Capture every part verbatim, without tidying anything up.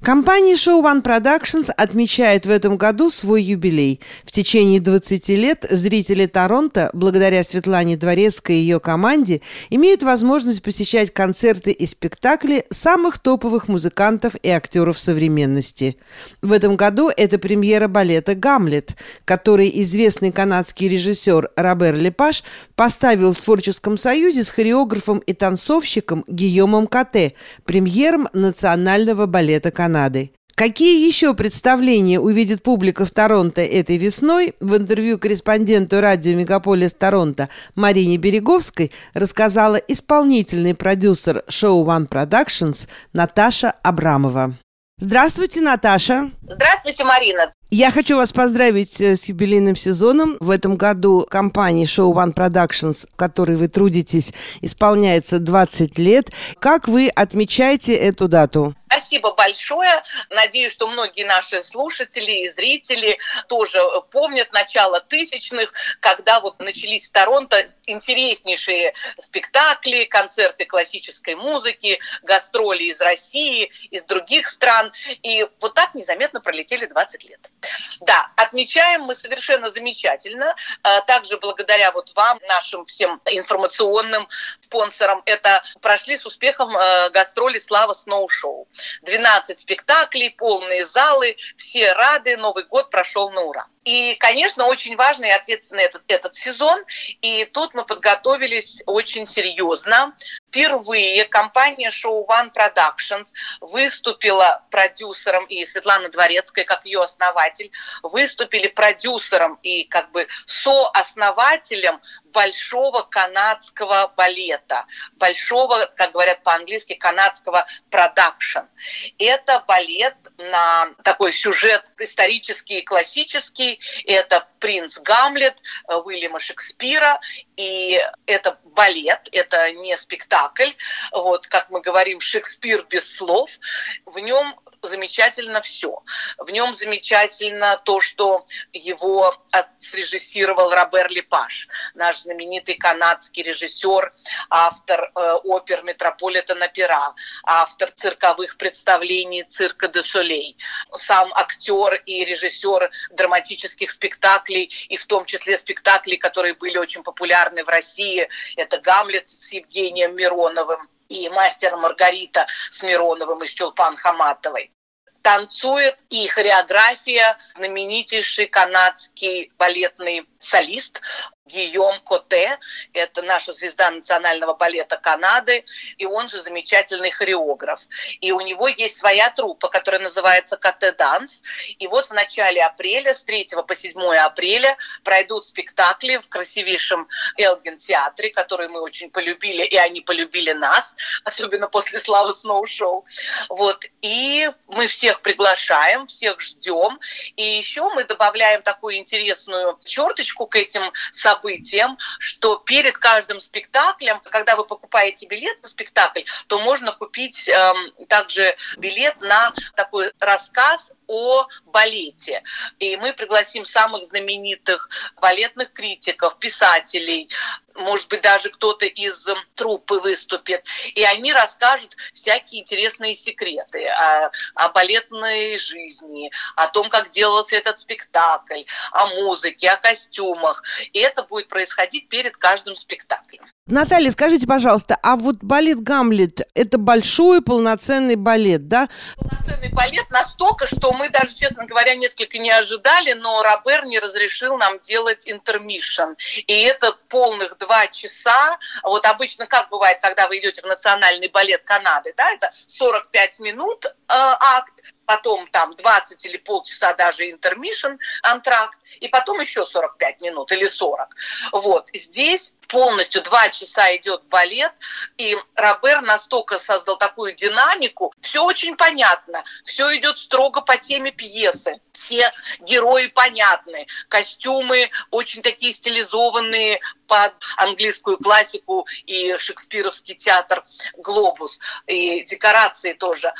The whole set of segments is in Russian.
Компания Show One Productions отмечает в этом году свой юбилей. В течение двадцати лет зрители Торонто, благодаря Светлане Дворецкой и ее команде, имеют возможность посещать концерты и спектакли самых топовых музыкантов и актеров современности. В этом году это премьера балета «Гамлет», который известный канадский режиссер Робер Лепаш поставил в Творческом союзе с хореографом и танцовщиком Гийомом Коте, премьером Национального балета Канады. Какие еще представления увидит публика в Торонто этой весной, в интервью корреспонденту радио «Мегаполис Торонто» Марине Береговской рассказала исполнительный продюсер Show One Productions Наташа Абрамова. Здравствуйте, Наташа. Здравствуйте, Марина. Я хочу вас поздравить с юбилейным сезоном. В этом году компании Show One Productions, в которой вы трудитесь, исполняется двадцать лет. Как вы отмечаете эту дату? Спасибо большое. Надеюсь, что многие наши слушатели и зрители тоже помнят начало тысячных, когда вот начались в Торонто интереснейшие спектакли, концерты классической музыки, гастроли из России, из других стран. И вот так незаметно пролетели двадцать лет. Да, отмечаем мы совершенно замечательно. Также благодаря вот вам, нашим всем информационным спонсорам, это прошли с успехом гастроли «Слава Сноу Шоу». двенадцать спектаклей, полные залы, все рады, Новый год прошел на ура. И, конечно, очень важный и ответственный этот, этот сезон, и тут мы подготовились очень серьезно. Впервые компания Show One Productions выступила продюсером, и Светлана Дворецкая, как ее основатель, выступили продюсером и как бы сооснователем большого канадского балета, большого, как говорят по-английски, канадского продакшн. Это балет на такой сюжет исторический и классический. Это «Принц Гамлет» Уильяма Шекспира. И это балет, это не спектакль. Вот, как мы говорим, Шекспир без слов. В нем замечательно все. В нем замечательно то, что его срежиссировал Робер Лепаш, наш знаменитый канадский режиссер, автор э, опер «Метрополитен-опера», автор цирковых представлений «Цирка де Солей», сам актер и режиссер драматических спектаклей, и в том числе спектаклей, которые были очень популярны в России. Это «Гамлет» с Евгением Мироновым и «Мастер и Маргарита» с Мироновым и с Чулпан Хаматовой. Танцует и хореография знаменитейший канадский балетный солист Гийом Коте. Это наша звезда национального балета Канады, и он же замечательный хореограф. И у него есть своя труппа, которая называется «Коте Данс». И вот в начале апреля, с третьего по седьмое апреля, пройдут спектакли в красивейшем Элгин-театре, который мы очень полюбили, и они полюбили нас, особенно после «Славы Сноу Шоу». Вот. И мы всех приглашаем, всех ждем. И еще мы добавляем такую интересную черточку к этим событиям, событием, что перед каждым спектаклем, когда вы покупаете билет на спектакль, то можно купить э, также билет на такой рассказ о балете. И мы пригласим самых знаменитых балетных критиков, писателей, может быть, даже кто-то из труппы выступит, и они расскажут всякие интересные секреты о, о балетной жизни, о том, как делался этот спектакль, о музыке, о костюмах. И это будет происходить перед каждым спектаклем. Наталья, скажите, пожалуйста, а вот балет «Гамлет» — это большой полноценный балет, да? Полноценный балет настолько, что мы даже, честно говоря, несколько не ожидали, но Робер не разрешил нам делать интермишн. И это полных два часа. Вот обычно как бывает, когда вы идете в национальный балет Канады, да, это сорок пять минут э, акт, потом там двадцать или полчаса даже интермишн, антракт, и потом еще сорок пять минут или сорок. Вот. Здесь полностью два часа идет балет, и Робер настолько создал такую динамику, все очень понятно, все идет строго по теме пьесы, все герои понятны, костюмы очень такие стилизованные под английскую классику и шекспировский театр «Глобус», и декорации тоже,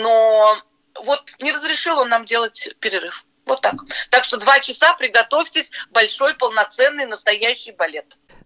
но вот не разрешил он нам делать перерыв. Вот так. Так что два часа, приготовьтесь, большой, полноценный, настоящий балет.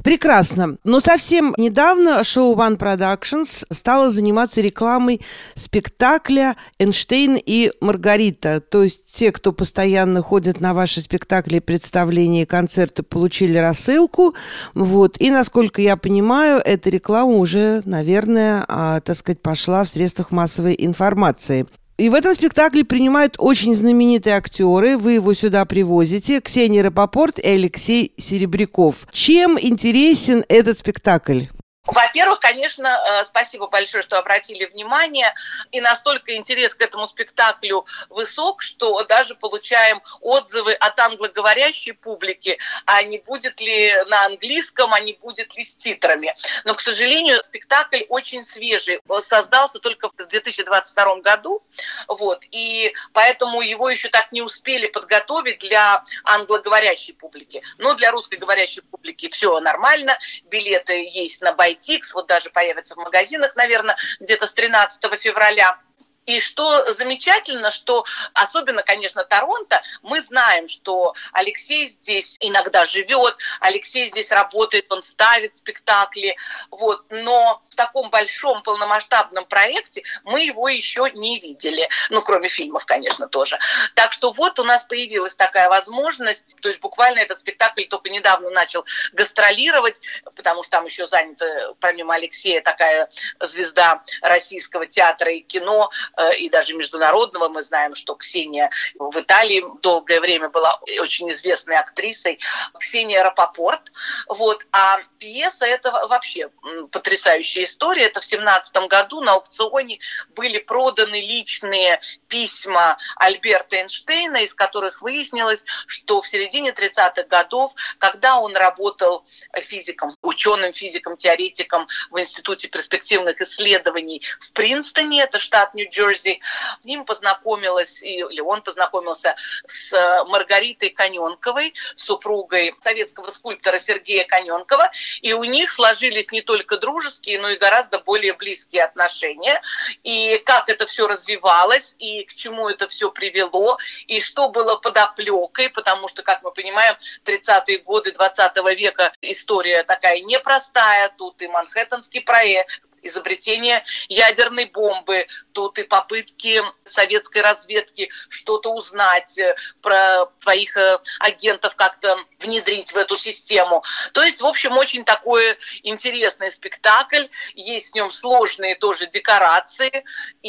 Прекрасно. Но совсем недавно шоу One Productions стало заниматься рекламой спектакля «Эйнштейн и Маргарита». То есть те, кто постоянно ходит на ваши спектакли, представления и концерты, получили рассылку. Вот. И, насколько я понимаю, эта реклама уже, наверное, а, так сказать, пошла в средствах массовой информации. И в этом спектакле принимают очень знаменитые актеры. Вы его сюда привозите. Ксения Рапопорт и Алексей Серебряков. Чем интересен этот спектакль? Во-первых, конечно, спасибо большое, что обратили внимание. И настолько интерес к этому спектаклю высок, что даже получаем отзывы от англоговорящей публики, а не будет ли на английском, а не будет ли с титрами. Но, к сожалению, спектакль очень свежий. Создался только в две тысячи двадцать втором году. Вот, и поэтому его еще так не успели подготовить для англоговорящей публики. Но для русскоговорящей публики все нормально. Билеты есть на Бай Тикс, вот даже появится в магазинах, наверное, где-то с тринадцатого февраля. И что замечательно, что особенно, конечно, Торонто, мы знаем, что Алексей здесь иногда живет, Алексей здесь работает, он ставит спектакли, вот, но в таком большом полномасштабном проекте мы его еще не видели, ну, кроме фильмов, конечно, тоже. Так что вот у нас появилась такая возможность, то есть буквально этот спектакль только недавно начал гастролировать, потому что там еще занята, помимо Алексея, такая звезда российского театра и кино, и даже международного. Мы знаем, что Ксения в Италии долгое время была очень известной актрисой, Ксения Рапопорт. Вот. А пьеса — это вообще потрясающая история. Это в семнадцатом году на аукционе были проданы личные письма Альберта Эйнштейна, из которых выяснилось, что в середине тридцатых годов, когда он работал физиком, ученым физиком, теоретиком в Институте перспективных исследований в Принстоне, это штат Нью-Джерси, с ним познакомилась, или он познакомился с Маргаритой Коненковой, супругой советского скульптора Сергея Коненкова, и у них сложились не только дружеские, но и гораздо более близкие отношения. И как это все развивалось, и к чему это все привело, и что было подоплекой, потому что, как мы понимаем, тридцатые годы двадцатого века история такая непростая, тут и Манхэттенский проект, изобретение ядерной бомбы, тут и попытки советской разведки что-то узнать про твоих агентов, как-то внедрить в эту систему. То есть, в общем, очень такой интересный спектакль. Есть в нем сложные тоже декорации,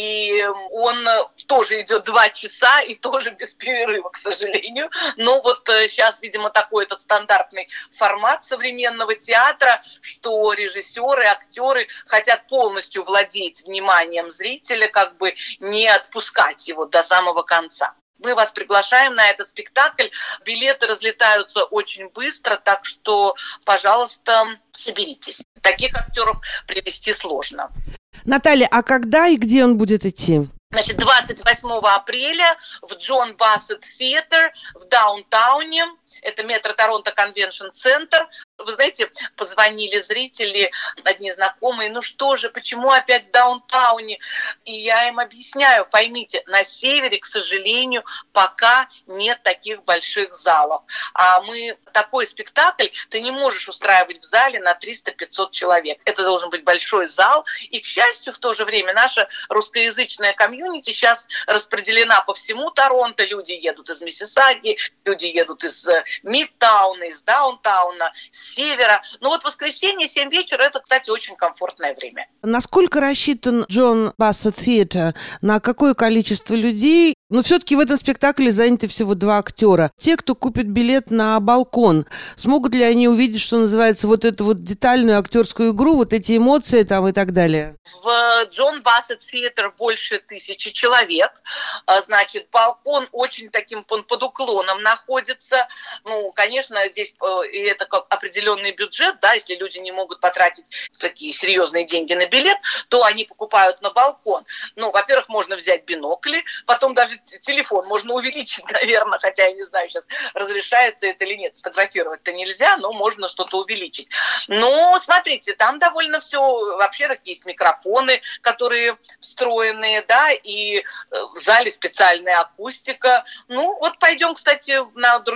и он тоже идет два часа, и тоже без перерыва, к сожалению. Но вот сейчас, видимо, такой этот стандартный формат современного театра, что режиссеры, актеры хотят полностью владеть вниманием зрителя, как бы не отпускать его до самого конца. Мы вас приглашаем на этот спектакль. Билеты разлетаются очень быстро, так что, пожалуйста, соберитесь. Таких актеров привести сложно. Наталья, а когда и где он будет идти? Значит, двадцать восьмого апреля в Джон Бассет Theatre в Даунтауне. Это метро Торонто Конвеншн Центр. Вы знаете, позвонили зрители, одни знакомые, ну что же, почему опять в даунтауне? И я им объясняю, поймите, на севере, к сожалению, пока нет таких больших залов. А мы такой спектакль ты не можешь устраивать в зале на триста-пятьсот человек. Это должен быть большой зал. И, к счастью, в то же время наша русскоязычная комьюнити сейчас распределена по всему Торонто. Люди едут из Миссисаги, люди едут из Мидтауна, из Даунтауна, с севера. Но вот воскресенье, семь вечера, это, кстати, очень комфортное время. Насколько рассчитан Джон Бассет Theatre? На какое количество людей? Но все-таки в этом спектакле заняты всего два актера. Те, кто купит билет на балкон, смогут ли они увидеть, что называется, вот эту вот детальную актерскую игру, вот эти эмоции там и так далее? В Джон Бассет Theatre больше тысячи человек. Значит, балкон очень таким под уклоном находится. Ну, конечно, здесь это как определенный бюджет, да, если люди не могут потратить такие серьезные деньги на билет, то они покупают на балкон. Ну, во-первых, можно взять бинокли, потом даже телефон можно увеличить, наверное, хотя я не знаю, сейчас разрешается это или нет. Сфотографировать-то нельзя, но можно что-то увеличить. Но смотрите, там довольно все, вообще есть микрофоны, которые встроенные, да, и в зале специальная акустика. Ну, вот пойдем, кстати, на другие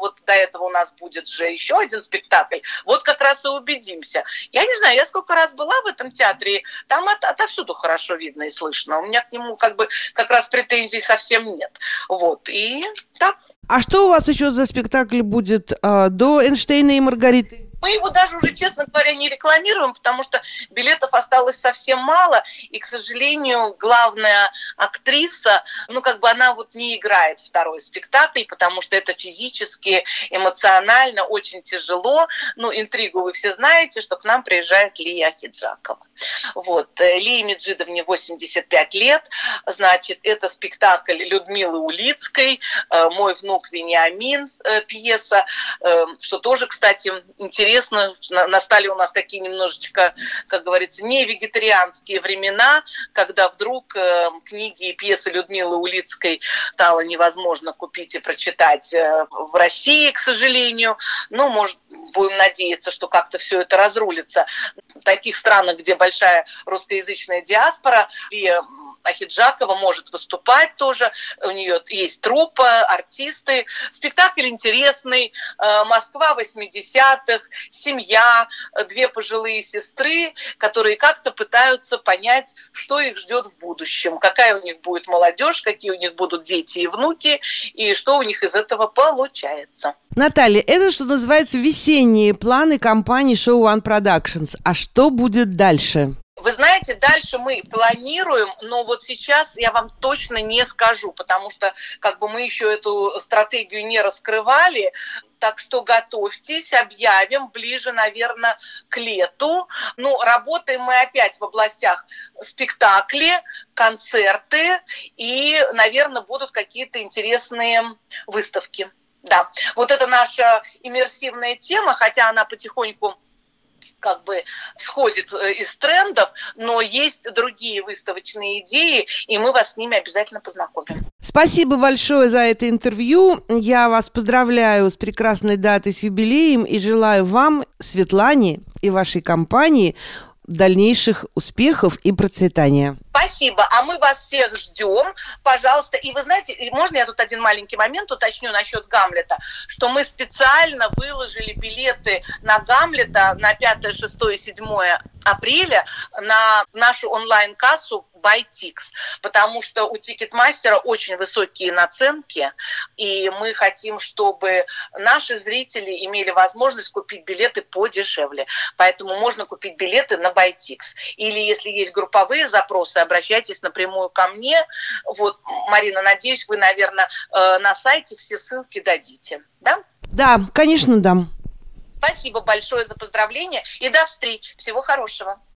вот до этого у нас будет же еще один спектакль, вот как раз и убедимся. Я не знаю, я сколько раз была в этом театре, там от, отовсюду хорошо видно и слышно. У меня к нему как бы как раз претензий совсем нет. Вот, и так. А что у вас еще за спектакль будет э, до «Эйнштейна и Маргариты»? Мы его даже уже, честно говоря, не рекламируем, потому что билетов осталось совсем мало, и, к сожалению, главная актриса, ну, как бы она вот не играет второй спектакль, потому что это физически, эмоционально очень тяжело. Ну, интригу вы все знаете, что к нам приезжает Лия Ахеджакова. Вот. Лии Меджидовне восемьдесят пять лет, значит, это спектакль Людмилы Улицкой, «Мой внук Вениамин», пьеса, что тоже, кстати, интересно. Настали у нас такие немножечко, как говорится, не вегетарианские времена, когда вдруг э, книги и пьесы Людмилы Улицкой стало невозможно купить и прочитать э, в России, к сожалению. Ну, может, будем надеяться, что как-то все это разрулится. В таких странах, где большая русскоязычная диаспора, и Ахеджакова может выступать тоже, у нее есть труппа, артисты. Спектакль интересный, Москва восьмидесятых, семья, две пожилые сестры, которые как-то пытаются понять, что их ждет в будущем, какая у них будет молодежь, какие у них будут дети и внуки, и что у них из этого получается. Наталья, это, что называется, весенние планы компании Show One Productions. А что будет дальше? Вы знаете, дальше мы планируем, но вот сейчас я вам точно не скажу, потому что как бы мы еще эту стратегию не раскрывали. Так что готовьтесь, объявим ближе, наверное, к лету. Ну, работаем мы опять в областях спектакли, концерты и, наверное, будут какие-то интересные выставки. Да, вот это наша иммерсивная тема, хотя она потихоньку как бы сходит из трендов, но есть другие выставочные идеи, и мы вас с ними обязательно познакомим. Спасибо большое за это интервью. Я вас поздравляю с прекрасной датой, с юбилеем, и желаю вам, Светлане, и вашей компании дальнейших успехов и процветания. Спасибо, а мы вас всех ждем, пожалуйста. И вы знаете, можно я тут один маленький момент уточню насчет Гамлета, что мы специально выложили билеты на Гамлета на пятое, шестое, седьмое апреля на нашу онлайн-кассу BuyTix, потому что у Тикетмастера очень высокие наценки, и мы хотим, чтобы наши зрители имели возможность купить билеты подешевле. Поэтому можно купить билеты на BuyTix. Или если есть групповые запросы, обращайтесь напрямую ко мне. Вот, Марина, надеюсь, вы, наверное, на сайте все ссылки дадите. Да? Да, конечно, дам. Спасибо большое за поздравления и до встречи. Всего хорошего.